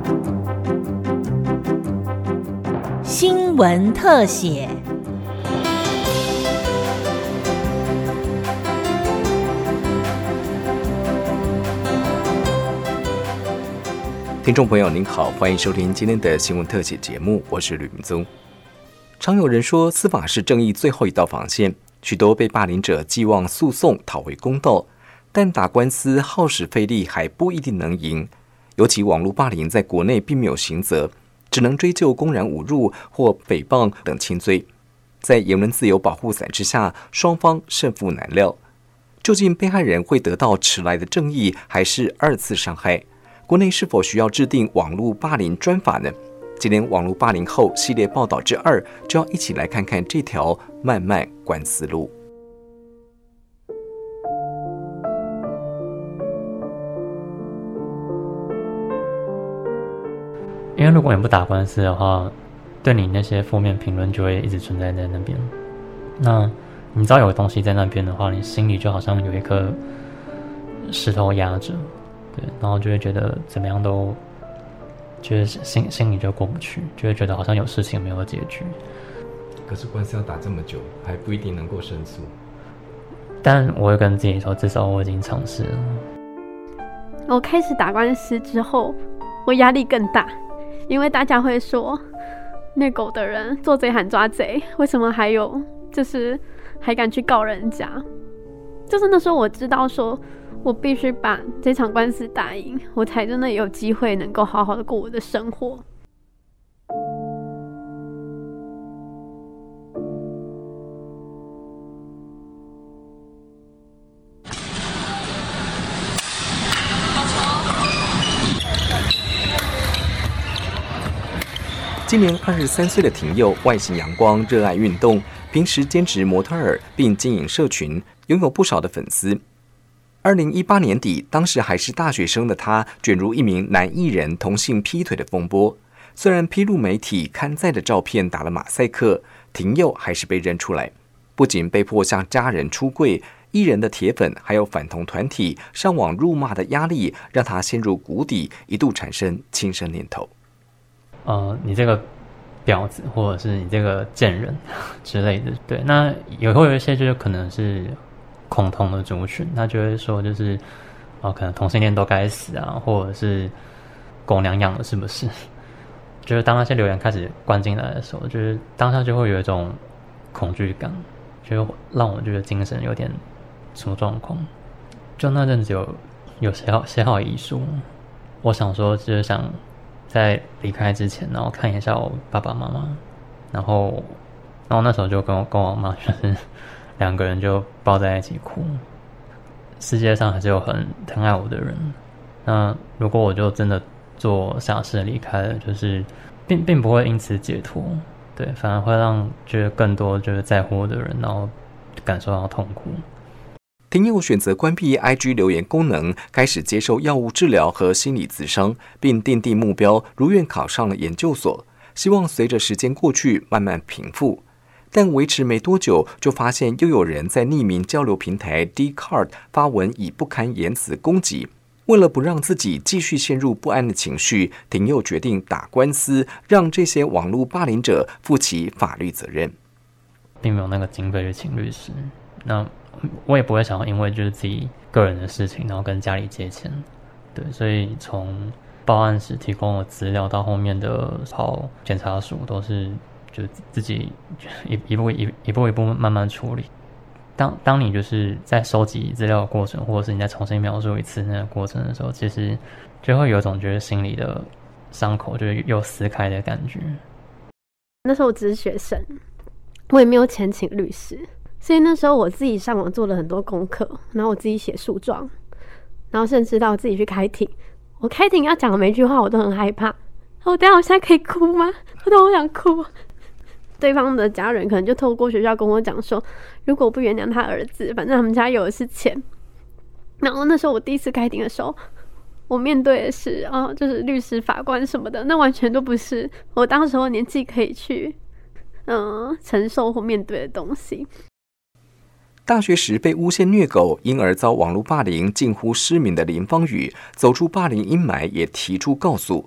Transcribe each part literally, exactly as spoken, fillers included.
新闻特写。 听众朋友您好，欢迎收听今天的新闻特写节目，我是吕明宗。常有人说司法是正义最后一道防线，许多被霸凌者寄望诉讼讨回公道，但打官司耗时费力还不一定能赢。尤其网络霸凌在国内并没有刑责，只能追究公然侮辱或诽谤等轻罪。在言论自由保护伞之下，双方胜负难料。究竟被害人会得到迟来的正义，还是二次伤害？国内是否需要制定网络霸凌专法呢？今天网络霸凌后系列报道之二，就要一起来看看这条漫漫官司路。 因为如果你不打官司的话，对你那些负面评论就会一直存在在那边。那你知道有个东西在那边的话，你心里就好像有一颗石头压着，对，然后就会觉得怎么样都，觉得心心里就过不去，就会觉得好像有事情没有解决。 可是官司要打这么久，还不一定能够胜诉。 但我会跟自己说，至少我已经尝试了。 我开始打官司之后，我压力更大。因为大家会说虐狗的人做贼喊抓贼，为什么还有就是还敢去告人家？就是那时候我知道说我必须把这场官司打赢，我才真的有机会能够好好的过我的生活。 今年二十三岁的廷佑，外形阳光，热爱运动，平时兼职模特儿，并经营社群，拥有不少的粉丝。二零一八年底，当时还是大学生的他，卷入一名男艺人同性劈腿的风波。虽然披露媒体刊载的照片打了马赛克，廷佑还是被认出来，不仅被迫向家人出柜，艺人的铁粉还有反同团体上网辱骂的压力，让他陷入谷底，一度产生轻生念头。 呃，你这个婊子，或者是你这个贱人之类的，对，那也会有一些就是可能是恐同的族群，他就会说就是，哦、呃，可能同性恋都该死啊，或者是狗娘养的，是不是？就是当那些留言开始灌进来的时候，就是当下就会有一种恐惧感，就让我觉得精神有点出状况。就那阵子有有写好写好遗书，我想说就是想。在离开之前，然后看一下我爸爸妈妈，然后，然后那时候就跟我跟我妈就是两个人就抱在一起哭。世界上还是有很疼爱我的人，那如果我就真的做傻事离开了，就是并并不会因此解脱，对，反而会让觉得更多就是在乎我的人，然后感受到痛苦。 廷佑选择关闭 I G 留言功能，开始接受药物治疗和心理咨商，并奠定目标，如愿考上了研究所，希望随着时间过去慢慢平复。但维持没多久，就发现又有人在匿名交流平台 Dcard 发文以不堪言辞攻击。为了不让自己继续陷入不安的情绪，廷佑决定打官司，让这些网络霸凌者负起法律责任。 并没有那个经费去请律师，那我也不会想要因为就是自己个人的事情，然后跟家里借钱，对，所以从报案时提供的资料到后面的跑检察署，都是就自己一一步一一步一步慢慢处理。当当你就是在收集资料的过程，或者是你再重新描述一次那个过程的时候，其实就会有一种觉得心里的伤口就是又撕开的感觉。 那时候我只是学生，我也没有钱请律师。所以那时候我自己上网做了很多功课，然后我自己写诉状，然后甚至到自己去开庭。我开庭要讲的每一句话我都很害怕。我等一下我现在可以哭吗？我都好想哭。对方的家人可能就透过学校跟我讲说，如果不原谅他儿子，反正他们家有的是钱。然后那时候我第一次开庭的时候，我面对的是啊、哦，就是律师、法官什么的，那完全都不是我当时候年纪可以去嗯、呃、承受或面对的东西。 大学时被诬陷虐狗，因而遭网络霸凌，近乎失明的林芳雨走出霸凌阴霾，也提出告诉。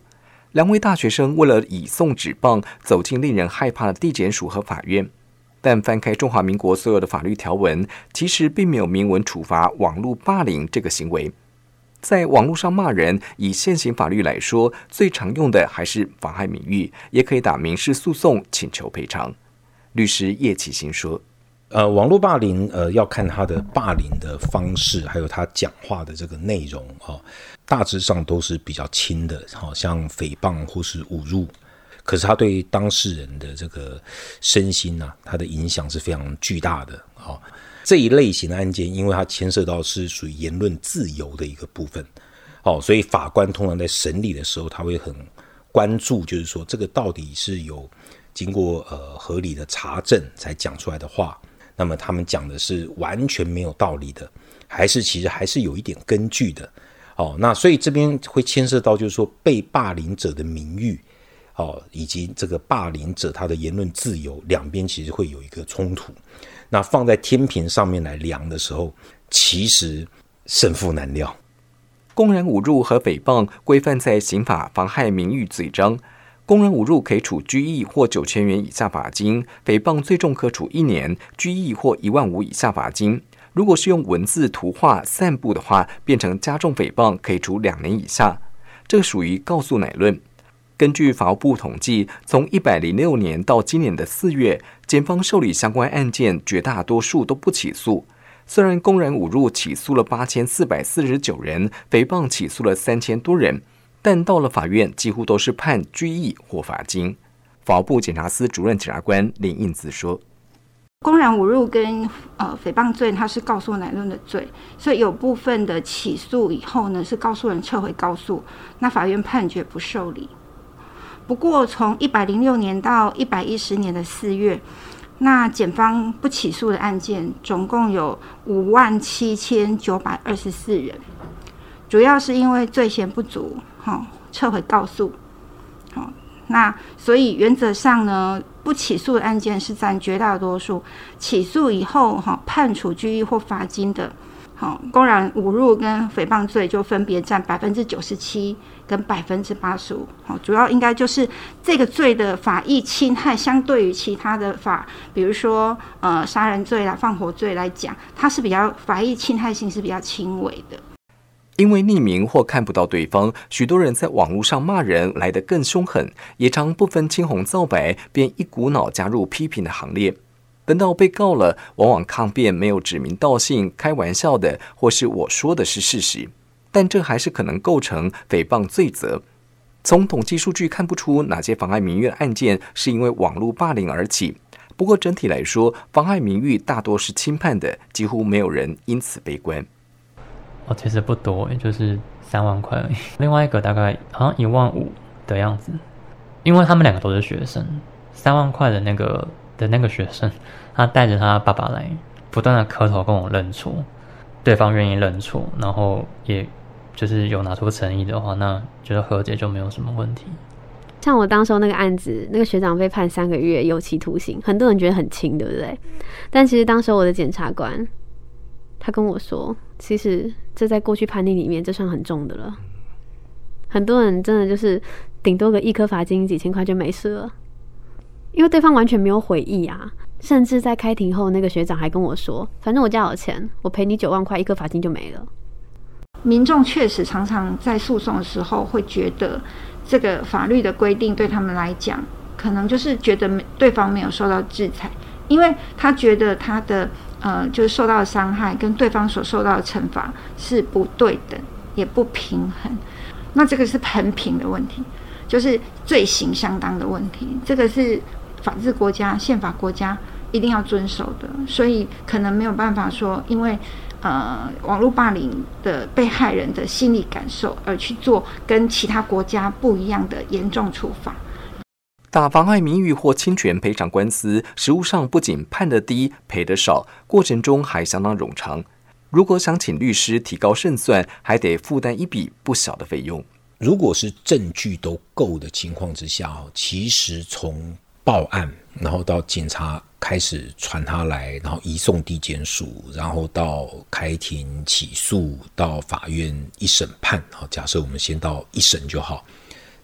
两位大学生为了以送纸棒走进令人害怕的地检署和法院，但翻开中华民国所有的法律条文，其实并没有明文处罚网络霸凌这个行为。在网络上骂人，以现行法律来说，最常用的还是妨害名誉，也可以打民事诉讼请求赔偿。律师叶启新说， 呃，网络霸凌，呃，要看他的霸凌的方式，还有他讲话的这个内容哦，大致上都是比较轻的，好像诽谤或是侮辱。可是他对当事人的这个身心啊，他的影响是非常巨大的。哦，这一类型的案件，因为它牵涉到是属于言论自由的一个部分，哦，所以法官通常在审理的时候，他会很关注，就是说这个到底是有经过呃合理的查证才讲出来的话，那么他们讲的是完全没有道理的，还是其实还是有一点根据的。哦，那所以这边会牵涉到就是说被霸凌者的名誉，哦，以及这个霸凌者他的言论自由，两边其实会有一个冲突。那放在天平上面来量的时候，其实胜负难料。 公然侮辱和诽谤规范在刑法妨害名誉罪章，公然侮辱可以处拘役或九千元以下罚金，诽谤最重可处一年，拘役或一万五以下罚金。如果是用文字、图画散布的话，变成加重诽谤，可以处两年以下。这属于告诉乃论。根据法务部统计，从一百零六年到今年的四月，检方受理相关案件绝大多数都不起诉。虽然公然侮辱起诉了八千四百四十九人，诽谤起诉了三千多人，但到了法院几乎都是判拘役或罚金。法务部检察司主任检察官林应姿说， 公然侮辱跟呃诽谤罪，它是告诉乃论的罪，所以有部分的起诉以后呢，是告诉人撤回告诉，那法院判决不受理。不过从一百零六年到一百一十年的四月，那检方不起诉的案件总共有五万七千九百二十四人，主要是因为罪嫌不足，哦，撤回告诉，哦，那所以原则上呢，不起诉的案件是占绝大多数，起诉以后，哦，判处拘役或罚金的，哦，公然侮辱跟诽谤罪就分别占百分之九十七跟百分之八十五，主要应该就是这个罪的法益侵害，相对于其他的法，比如说呃杀人罪啦、放火罪来讲，它是比较法益侵害性是比较轻微的。 因为匿名或看不到对方，许多人在网络上骂人来得更凶狠，也常不分青红皂白，便一股脑加入批评的行列。等到被告了，往往抗辩没有指名道姓、开玩笑的，或是我说的是事实，但这还是可能构成诽谤罪责。从统计数据看不出哪些妨害名誉的案件是因为网络霸凌而起，不过整体来说，妨害名誉大多是轻判的，几乎没有人因此悲观。 哦，其实不多，就是三万块而已。另外一个大概好像一万五的样子，因为他们两个都是学生，三万块的那个的那个学生，他带着他爸爸来，不断的磕头跟我认错，对方愿意认错，然后也就是有拿出诚意的话，那觉得和解就没有什么问题。 像我当时候那个案子，那个学长被判三个月有期徒刑，很多人觉得很轻，对不对？但其实当时候我的检察官，他跟我说，其实这在过去判例里面，这算很重的了。很多人真的就是顶多个一颗罚金几千块就没事了，因为对方完全没有悔意啊。甚至在开庭后，那个学长还跟我说，反正我家有钱，我赔你九万块，一颗罚金就没了。 民众确实常常在诉讼的时候会觉得，这个法律的规定对他们来讲，可能就是觉得对方没有受到制裁，因为他觉得他的呃，就是受到的伤害跟对方所受到的惩罚是不对等，也不平衡。那这个是衡平的问题，就是罪行相当的问题，这个是法治国家、宪法国家一定要遵守的，所以可能没有办法说，因为呃网络霸凌的被害人的心理感受而去做跟其他国家不一样的严重处罚。 打妨害名誉或侵权赔偿官司，实务上不仅判得低、赔得少，过程中还相当冗长。如果想请律师提高胜算，还得负担一笔不小的费用。 如果是证据都够的情况之下，其实从报案，然后到警察开始传他来，然后移送地检署，然后到开庭起诉，到法院一审判，假设我们先到一审就好。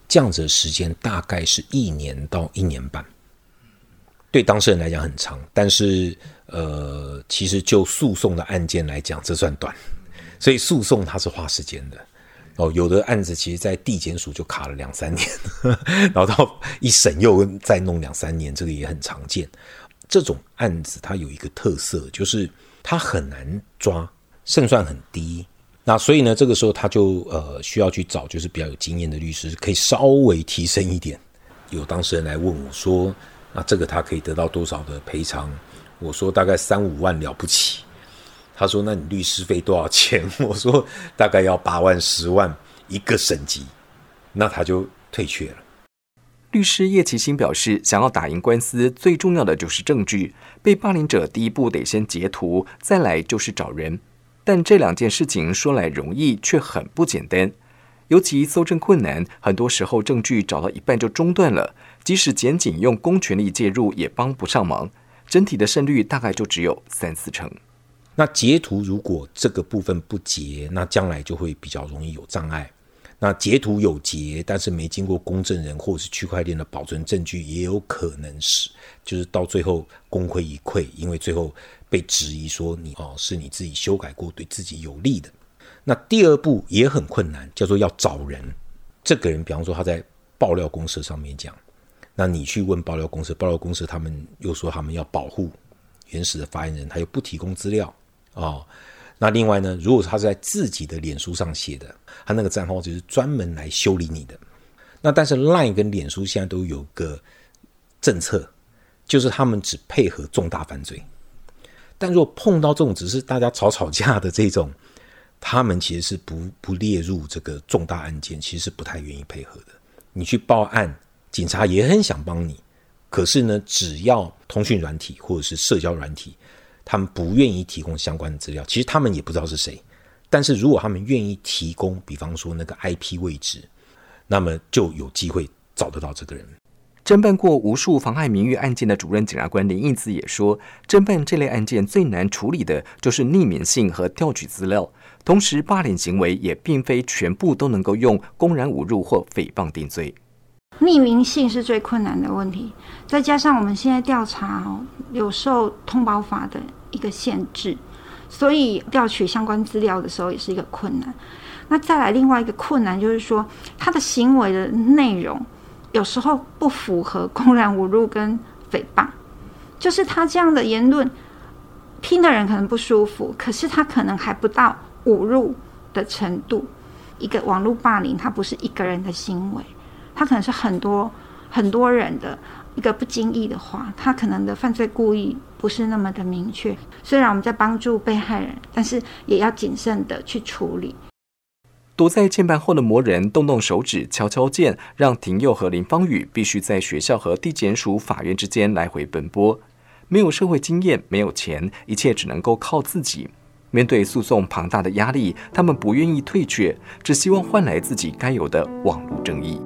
这样子的时间大概是一年到一年半，对当事人来讲很长，但是呃，其实就诉讼的案件来讲，这算短，所以诉讼它是花时间的。哦，有的案子其实在地检署就卡了两三年，然后到一审又再弄两三年，这个也很常见。这种案子它有一个特色，就是它很难抓，胜算很低。那所以呢，这个时候他就呃需要去找就是比较有经验的律师，可以稍微提升一点。有当事人来问我说，那这个他可以得到多少的赔偿？我说大概三五万了不起。他说那你律师费多少钱？我说大概要八万十万一个审级。那他就退却了。 律师叶其兴表示，想要打赢官司，最重要的就是证据。被霸凌者第一步得先截图，再来就是找人。但这两件事情说来容易，却很不简单。尤其搜证困难，很多时候证据找到一半就中断了，即使检警用公权力介入，也帮不上忙。整体的胜率大概就只有三四成。 那截图如果这个部分不截，那将来就会比较容易有障碍。那截图有截，但是没经过公证人或是区块链的保存证据，也有可能是就是到最后功亏一篑，因为最后被质疑说你哦是你自己修改过，对自己有利的。那第二步也很困难，叫做要找人。这个人比方说他在爆料公社上面讲，那你去问爆料公社，爆料公社他们又说他们要保护原始的发言人，他又不提供资料哦。那另外呢，如果他是在自己的脸书上写的，他那个账号就是专门来修理你的。那但是 LINE 跟脸书现在都有个政策，就是他们只配合重大犯罪。但如果碰到这种只是大家吵吵架的这种，他们其实是不不列入这个重大案件，其实是不太愿意配合的。你去报案，警察也很想帮你，可是呢，只要通讯软体或者是社交软体，他们不愿意提供相关的资料，其实他们也不知道是谁。但是如果他们愿意提供，比方说那个 I P 位置，那么就有机会找得到这个人。 侦办过无数妨害名誉案件的主任检察官林义姿也说，侦办这类案件最难处理的就是匿名性和调取资料，同时霸凌行为也并非全部都能够用公然侮辱或诽谤定罪。 匿名性是最困难的问题，再加上我们现在调查、哦、有受通保法的一个限制，所以调取相关资料的时候也是一个困难。那再来另外一个困难就是说，他的行为的内容有时候不符合公然侮辱跟诽谤，就是他这样的言论听的人可能不舒服，可是他可能还不到侮辱的程度。一个网络霸凌它不是一个人的行为，它可能是很多很多人的一个不经意的话，他可能的犯罪故意不是那么的明确。虽然我们在帮助被害人，但是也要谨慎的去处理。 躲在键盘后的魔人动动手指敲敲键，让廷佑和林芳宇必须在学校和地检署、法院之间来回奔波。没有社会经验，没有钱，一切只能够靠自己。面对诉讼庞大的压力，他们不愿意退却，只希望换来自己该有的网络正义。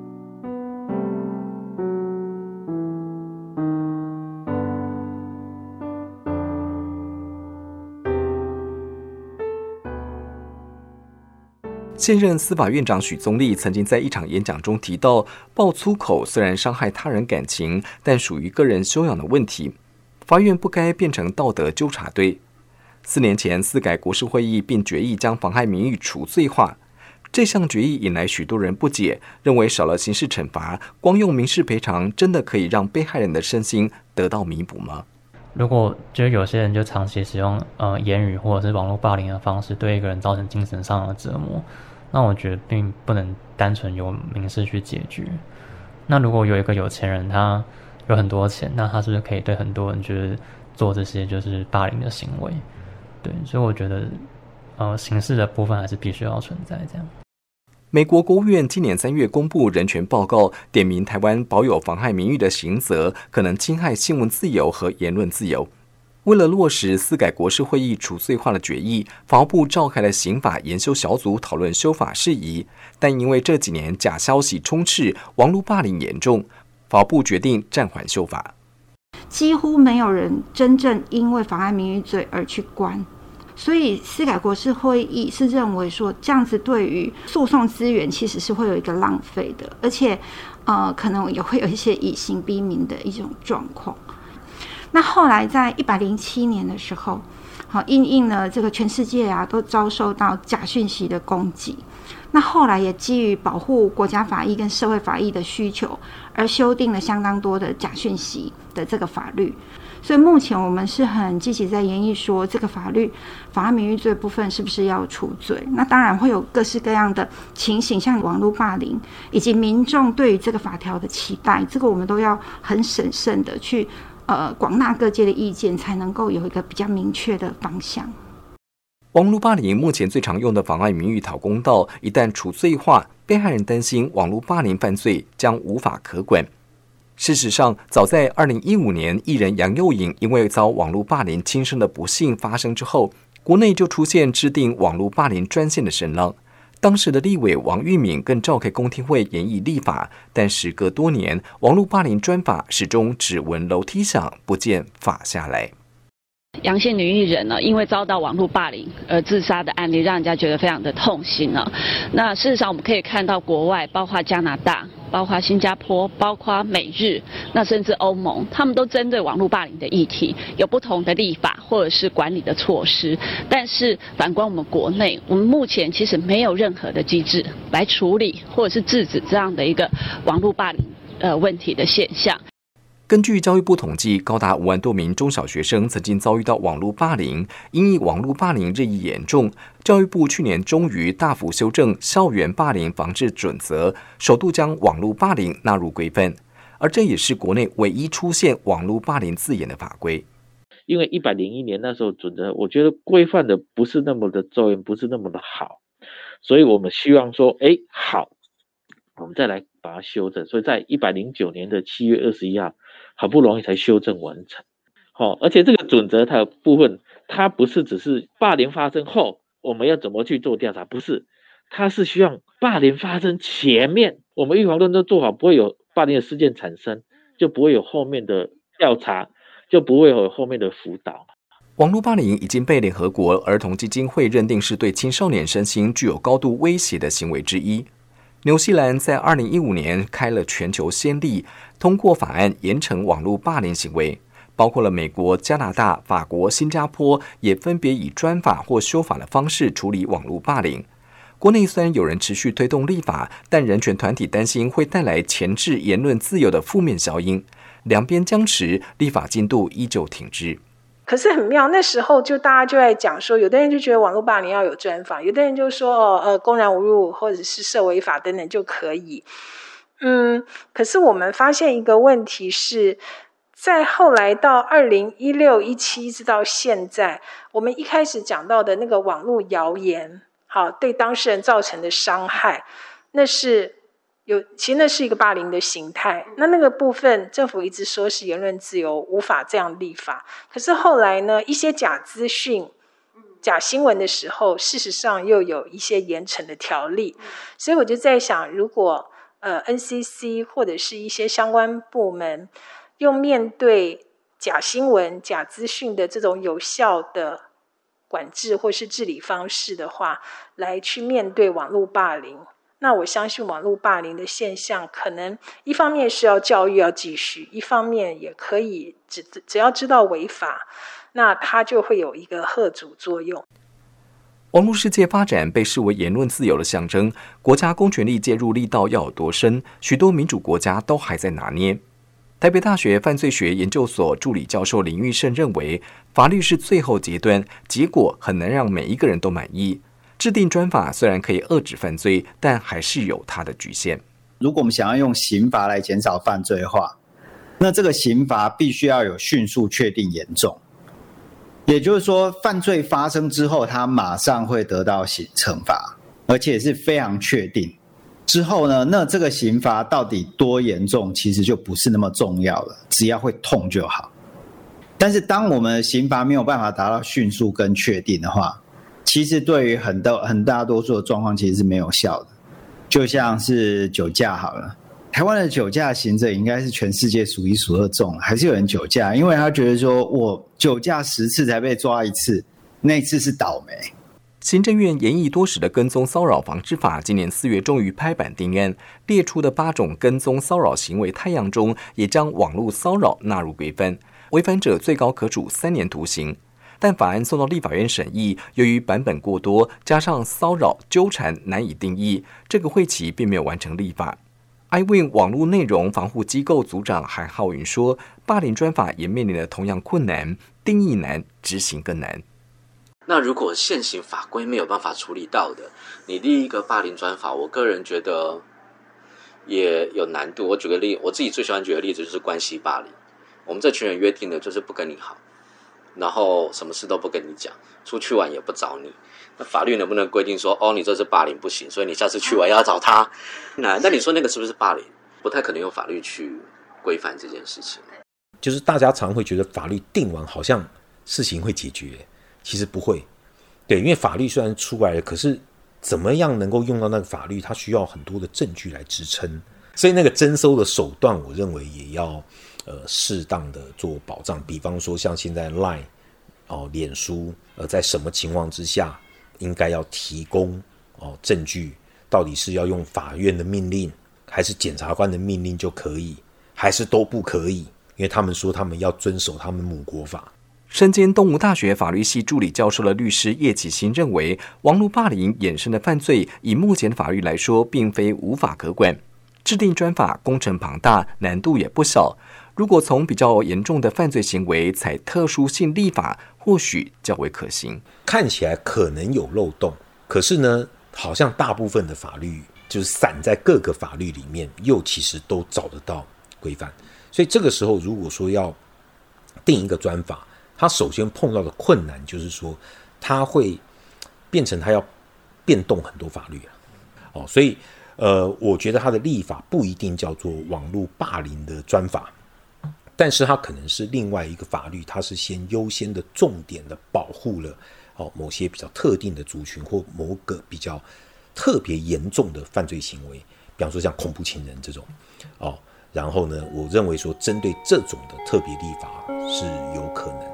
现任司法院长许宗力曾经在一场演讲中提到，爆粗口虽然伤害他人感情，但属于个人修养的问题，法院不该变成道德纠察队。四年前，司改国是会议并决议将妨害名誉除罪化，这项决议引来许多人不解，认为少了刑事惩罚，光用民事赔偿真的可以让被害人的身心得到弥补吗？ 如果就是有些人就长期使用呃言语或者是网络霸凌的方式对一个人造成精神上的折磨，那我觉得并不能单纯由民事去解决。那如果有一个有钱人他有很多钱，那他是不是可以对很多人就是做这些就是霸凌的行为？对，所以我觉得呃刑事的部分还是必须要存在这样。 美国国务院今年三月公布人权报告，点名台湾保有妨害名誉的刑责，可能侵害新闻自由和言论自由。为了落实司改国是会议除罪化的决议，法务部召开了刑法研修小组讨论修法事宜，但因为这几年假消息充斥，网络霸凌严重，法务部决定暂缓修法。 几乎没有人真正因为妨害名誉罪而去关， 所以司改国是会议是认为说，这样子对于诉讼资源其实是会有一个浪费的，而且呃可能也会有一些以刑逼民的一种状况。那后来在一百零七年的时候，好因应了这个全世界啊都遭受到假讯息的攻击，那后来也基于保护国家法益跟社会法益的需求，而修订了相当多的假讯息的这个法律。所以目前我们是很积极在研议说，这个法律妨碍名誉罪部分是不是要除罪？那当然会有各式各样的情形，像网络霸凌以及民众对于这个法条的期待，这个我们都要很审慎的去呃广纳各界的意见，才能够有一个比较明确的方向。 网络霸凌目前最常用的妨碍名誉讨公道，一旦除罪化，被害人担心网络霸凌犯罪将无法可管。事实上，早在二零一五年，艺人杨佑颖因为遭网络霸凌轻生的不幸发生之后，国内就出现制定网络霸凌专线的声浪。当时的立委王玉敏更召开公听会研议立法，但时隔多年，网络霸凌专法始终只闻楼梯响，不见法下来。 杨姓女艺人呢，因为遭到网络霸凌而自杀的案例，让人家觉得非常的痛心呢。那事实上，我们可以看到国外，包括加拿大、包括新加坡、包括美日，那甚至欧盟，他们都针对网络霸凌的议题有不同的立法或者是管理的措施。但是反观我们国内，我们目前其实没有任何的机制来处理或者是制止这样的一个网络霸凌呃问题的现象。 根据教育部统计，高达五万多名中小学生曾经遭遇到网络霸凌。因应网络霸凌日益严重，教育部去年终于大幅修正《校园霸凌防治准则》，首度将网络霸凌纳入规范，而这也是国内唯一出现网络霸凌字眼的法规。 因为一百零一年那时候准则，我觉得规范的不是那么的周延，不是那么的好，所以我们希望说，哎，好，我们再来把它修正。所以在一百零九年的七月二十一号。好不容易才修正完成，哦，而且这个准则它有部分，它不是只是霸凌发生后我们要怎么去做调查，不是，它是希望霸凌发生前面我们预防动作做好，不会有霸凌的事件产生，就不会有后面的调查，就不会有后面的辅导。 网络霸凌已经被联合国儿童基金会认定是对青少年身心具有高度威胁的行为之一。纽西兰在二零一五年开了全球先例，通过法案严惩网络霸凌行为，包括了美国、加拿大、法国、新加坡也分别以专法或修法的方式处理网络霸凌。国内虽然有人持续推动立法，但人权团体担心会带来钳制言论自由的负面效应，两边僵持，立法进度依旧停滞。 可是很妙，那时候就大家就在讲说，有的人就觉得网络霸凌要有专法，有的人就说呃公然侮辱或者是涉违法等等就可以。嗯，可是我们发现一个问题是，在后来到二零一六、一七一直到现在，我们一开始讲到的那个网络谣言，好，对当事人造成的伤害，那是有，其实那是一个霸凌的形态。那那个部分，政府一直说是言论自由，无法这样立法。可是后来呢，一些假资讯、假新闻的时候，事实上又有一些严惩的条例。所以我就在想，如果呃 N C C 或者是一些相关部门，用面对假新闻、假资讯的这种有效的管制或是治理方式的话，来去面对网络霸凌。那我相信网络霸凌的现象，可能一方面是要教育要继续，一方面也可以只只要知道违法，那它就会有一个吓阻作用。 网络世界发展被视为言论自由的象征，国家公权力介入力道要有多深，许多民主国家都还在拿捏。台北大学犯罪学研究所助理教授林玉胜认为，法律是最后阶段，结果很难让每一个人都满意。制定专法虽然可以遏制犯罪，但还是有它的局限。 如果我们想要用刑罚来减少犯罪化，那这个刑罚必须要有迅速确定严重，也就是说犯罪发生之后它马上会得到刑惩罚，而且是非常确定。之后呢，那这个刑罚到底多严重其实就不是那么重要了，只要会痛就好。但是当我们的刑罚没有办法达到迅速跟确定的话，其实对于很多很大多数的状况其实是没有效的。就像是酒驾好了，台湾的酒驾刑责应该是全世界数一数二重，还是有人酒驾，因为他觉得说我酒驾十次才被抓一次， 那次是倒霉。 行政院研议多时的跟踪骚扰防治法，今年四月终于拍板定案，列出的八种跟踪骚扰行为太阳中，也将网络骚扰纳入规范，违反者最高可处三年徒刑。但法案送到立法院审议，由于版本过多，加上骚扰纠缠难以定义，这个会期并没有完成立法。iWin 网络内容防护机构组长韩浩云说，霸凌专法也面临了同样困难，定义难，执行更难。 那如果现行法规没有办法处理到的，你立一个霸凌专法，我个人觉得也有难度。我举个例，我自己最喜欢举的例子就是关系霸凌。我们这群人约定的就是不跟你好，然后什么事都不跟你讲，出去玩也不找你。那法律能不能规定说，哦，你这是霸凌不行，所以你下次去玩要找他？那那你说那个是不是霸凌？不太可能用法律去规范这件事情。 就是大家常会觉得法律定完好像事情会解决，其实不会。对，因为法律虽然出来了，可是怎么样能够用到那个法律，它需要很多的证据来支撑，所以那个征收的手段，我认为也要呃适当的做保障。比方说像现在 Line 哦、脸书，呃，在什么情况之下应该要提供哦证据，到底是要用法院的命令，还是检察官的命令就可以，还是都不可以？因为他们说他们要遵守他们母国法。 身兼东吴大学法律系助理教授的律师叶启新认为，网络霸凌衍生的犯罪，以目前的法律来说，并非无法可管。制定专法工程庞大，难度也不小。如果从比较严重的犯罪行为采特殊性立法，或许较为可行。 看起来可能有漏洞，可是呢，好像大部分的法律就是散在各个法律里面，又其实都找得到规范。所以这个时候，如果说要定一个专法，它首先碰到的困难就是说，它会变成它要变动很多法律啊。哦，所以呃，我觉得它的立法不一定叫做网络霸凌的专法，但是它可能是另外一个法律，它是先优先的重点的保护了哦某些比较特定的族群或某个比较特别严重的犯罪行为，比方说像恐怖情人这种哦。然后呢，我认为说针对这种的特别立法是有可能。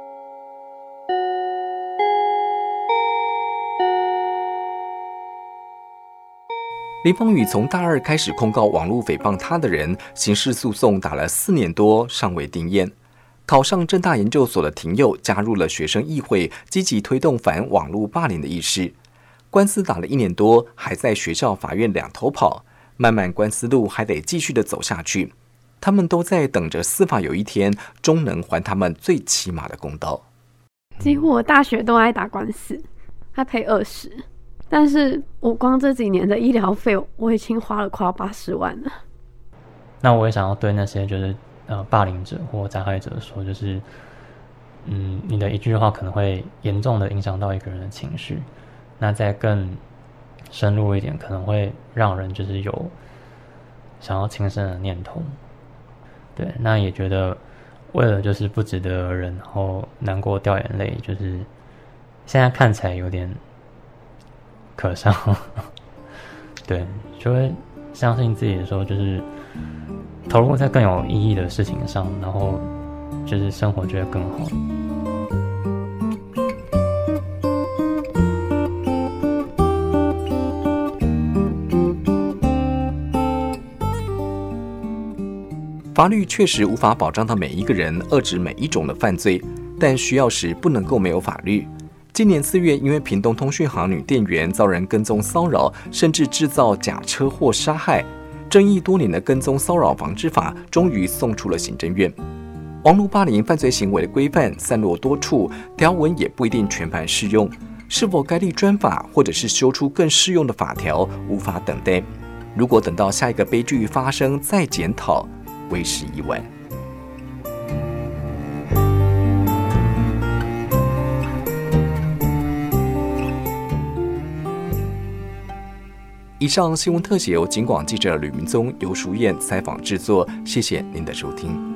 林芳宇从大二开始控告网络诽谤他的人，刑事诉讼打了四年多，尚未定谳。考上政大研究所的廷佑加入了学生议会，积极推动反网络霸凌的意识。官司打了一年多，还在学校、法院两头跑。漫漫官司路还得继续的走下去，他们都在等着司法有一天终能还他们最起码的公道。 几乎我大学都在打官司，他赔二十，但是我光这几年的医疗费我已经花了快要八十万了。 那我也想要对那些就是呃霸凌者或加害者说，就是嗯，你的一句话可能会严重的影响到一个人的情绪，那再更深入一点，可能会让人就是有想要轻生的念头。对，那也觉得为了就是不值得的人，然后难过掉眼泪，就是现在看起来有点可笑。对，就会相信自己的时候，就是投入在更有意义的事情上，然后就是生活就会更好。 法律确实无法保障到每一个人，遏制每一种的犯罪，但需要时不能够没有法律。今年四月，因为屏东通讯行女店员遭人跟踪骚扰，甚至制造假车祸杀害，争议多年的跟踪骚扰防治法终于送出了行政院。网络霸凌犯罪行为的规范散落多处，条文也不一定全盘适用，是否该立专法，或者是修出更适用的法条，无法等待。如果等到下一个悲剧发生再检讨，为时已晚。以上新闻特写由警广记者吕明宗、游淑燕采访制作，谢谢您的收听。